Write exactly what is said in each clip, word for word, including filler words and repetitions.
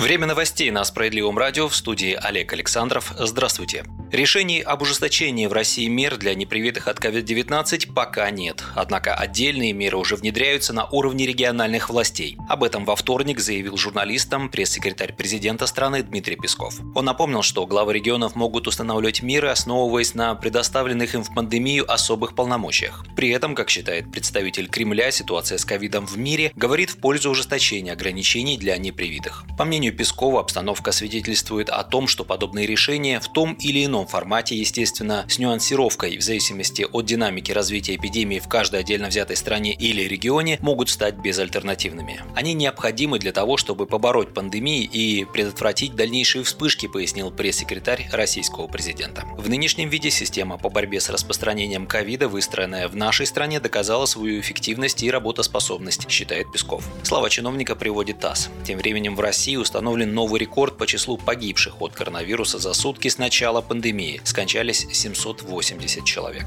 Время новостей на Справедливом радио, в студии Олег Александров. Здравствуйте. Решений об ужесточении в России мер для непривитых от ковид девятнадцать пока нет. Однако отдельные меры уже внедряются на уровне региональных властей. Об этом во вторник заявил журналистам пресс-секретарь президента страны Дмитрий Песков. Он напомнил, что главы регионов могут устанавливать меры, основываясь на предоставленных им в пандемию особых полномочиях. При этом, как считает представитель Кремля, ситуация с ковидом в мире говорит в пользу ужесточения ограничений для непривитых. По мнению Пескова, обстановка свидетельствует о том, что подобные решения в том или ином формате, естественно, с нюансировкой в зависимости от динамики развития эпидемии в каждой отдельно взятой стране или регионе, могут стать безальтернативными. Они необходимы для того, чтобы побороть пандемию и предотвратить дальнейшие вспышки, пояснил пресс-секретарь российского президента. В нынешнем виде система по борьбе с распространением ковида, выстроенная в нашей стране, доказала свою эффективность и работоспособность, считает Песков. Слова чиновника приводит ТАСС. Тем временем в России установлен новый рекорд по числу погибших от коронавируса за сутки с начала пандемии. Скончались семьсот восемьдесят человек.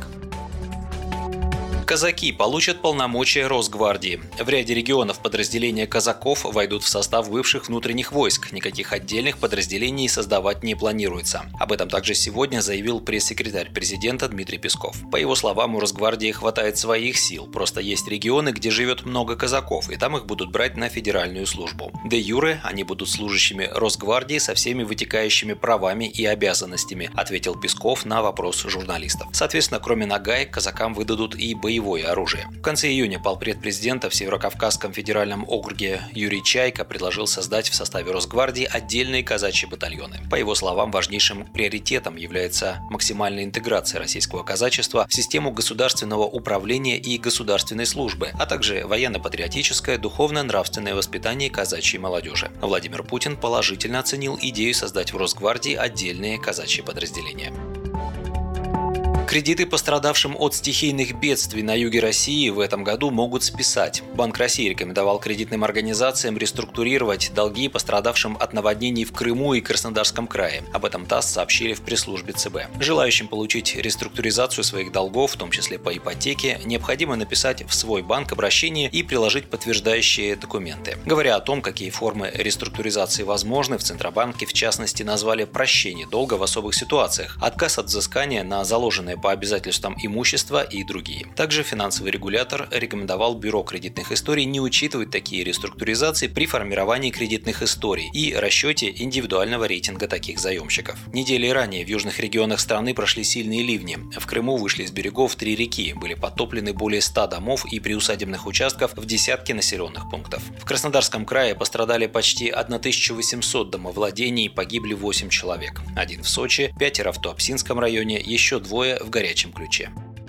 Казаки получат полномочия Росгвардии. В ряде регионов подразделения казаков войдут в состав бывших внутренних войск. Никаких отдельных подразделений создавать не планируется. Об этом также сегодня заявил пресс-секретарь президента Дмитрий Песков. По его словам, у Росгвардии хватает своих сил. Просто есть регионы, где живет много казаков, и там их будут брать на федеральную службу. Де юре они будут служащими Росгвардии со всеми вытекающими правами и обязанностями, ответил Песков на вопрос журналистов. Соответственно, кроме нагай, казакам выдадут и боевые боевое оружие. В конце июня полпред президента в Северокавказском федеральном округе Юрий Чайка предложил создать в составе Росгвардии отдельные казачьи батальоны. По его словам, важнейшим приоритетом является максимальная интеграция российского казачества в систему государственного управления и государственной службы, а также военно-патриотическое, духовно-нравственное воспитание казачьей молодежи. Владимир Путин положительно оценил идею создать в Росгвардии отдельные казачьи подразделения. Кредиты пострадавшим от стихийных бедствий на юге России в этом году могут списать. Банк России рекомендовал кредитным организациям реструктурировать долги пострадавшим от наводнений в Крыму и Краснодарском крае. Об этом ТАСС сообщили в пресс-службе ЦБ. Желающим получить реструктуризацию своих долгов, в том числе по ипотеке, необходимо написать в свой банк обращение и приложить подтверждающие документы. Говоря о том, какие формы реструктуризации возможны, в Центробанке в частности назвали прощение долга в особых ситуациях, отказ от взыскания на заложенные по обязательствам имущества и другие. Также финансовый регулятор рекомендовал Бюро кредитных историй не учитывать такие реструктуризации при формировании кредитных историй и расчете индивидуального рейтинга таких заемщиков. Недели ранее в южных регионах страны прошли сильные ливни. В Крыму вышли из берегов три реки, были подтоплены более ста домов и приусадебных участков в десятки населенных пунктов. В Краснодарском крае пострадали почти тысяча восемьсот домовладений, погибли восемь человек. Один в Сочи, пятеро в Туапсинском районе, еще двое в горячем ключе.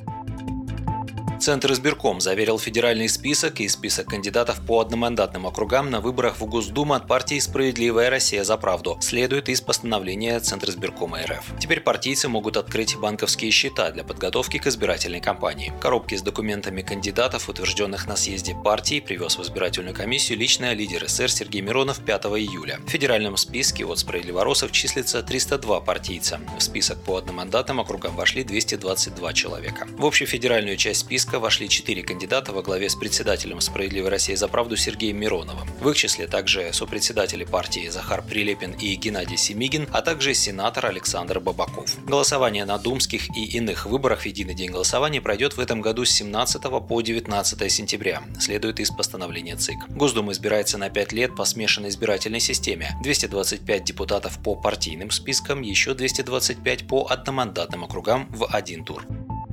Центр избирком заверил федеральный список и список кандидатов по одномандатным округам на выборах в Госдуму от партии «Справедливая Россия за правду», следует из постановления Центризбиркома эр эф. Теперь партийцы могут открыть банковские счета для подготовки к избирательной кампании. Коробки с документами кандидатов, утвержденных на съезде партии, привез в избирательную комиссию лично лидер эс эс эс эр Сергей Миронов пятого июля. В федеральном списке от «Справедливоросов» числится триста два партийца. В список по одномандатным округам вошли двести двадцать два человека. В общефедеральную часть списка вошли четыре кандидата во главе с председателем «Справедливой России за правду» Сергеем Мироновым. В их числе также сопредседатели партии Захар Прилепин и Геннадий Семигин, а также сенатор Александр Бабаков. Голосование на думских и иных выборах в единый день голосования пройдет в этом году с семнадцатого по девятнадцатое сентября, следует из постановления ЦИК. Госдума избирается на пять лет по смешанной избирательной системе. двести двадцать пять депутатов по партийным спискам, еще двести двадцать пять по одномандатным округам в один тур.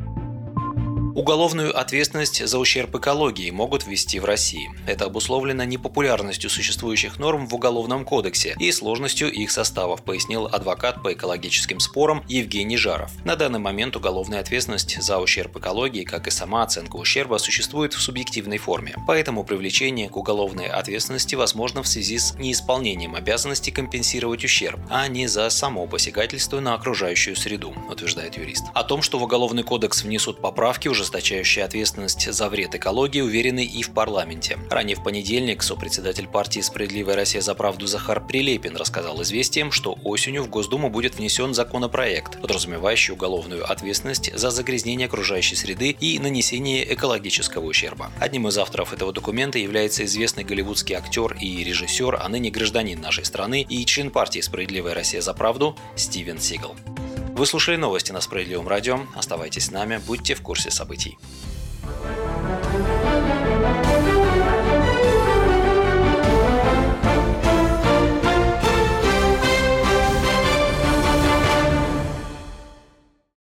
Уголовную ответственность за ущерб экологии могут ввести в России. Это обусловлено непопулярностью существующих норм в Уголовном кодексе и сложностью их составов, пояснил адвокат по экологическим спорам Евгений Жаров. На данный момент уголовная ответственность за ущерб экологии, как и сама оценка ущерба, существует в субъективной форме. Поэтому привлечение к уголовной ответственности возможно в связи с неисполнением обязанности компенсировать ущерб, а не за само посягательство на окружающую среду, утверждает юрист. О том, что в Уголовный кодекс внесут поправки, уже ужесточающей ответственность за вред экологии уверены и в парламенте. Ранее в понедельник сопредседатель партии «Справедливая Россия за правду» Захар Прилепин рассказал «Известиям», что осенью в Госдуму будет внесен законопроект, подразумевающий уголовную ответственность за загрязнение окружающей среды и нанесение экологического ущерба. Одним из авторов этого документа является известный голливудский актер и режиссер, а ныне гражданин нашей страны и член партии «Справедливая Россия за правду» Стивен Сигал. Вы слушали новости на Справедливом радио. Оставайтесь с нами, будьте в курсе событий.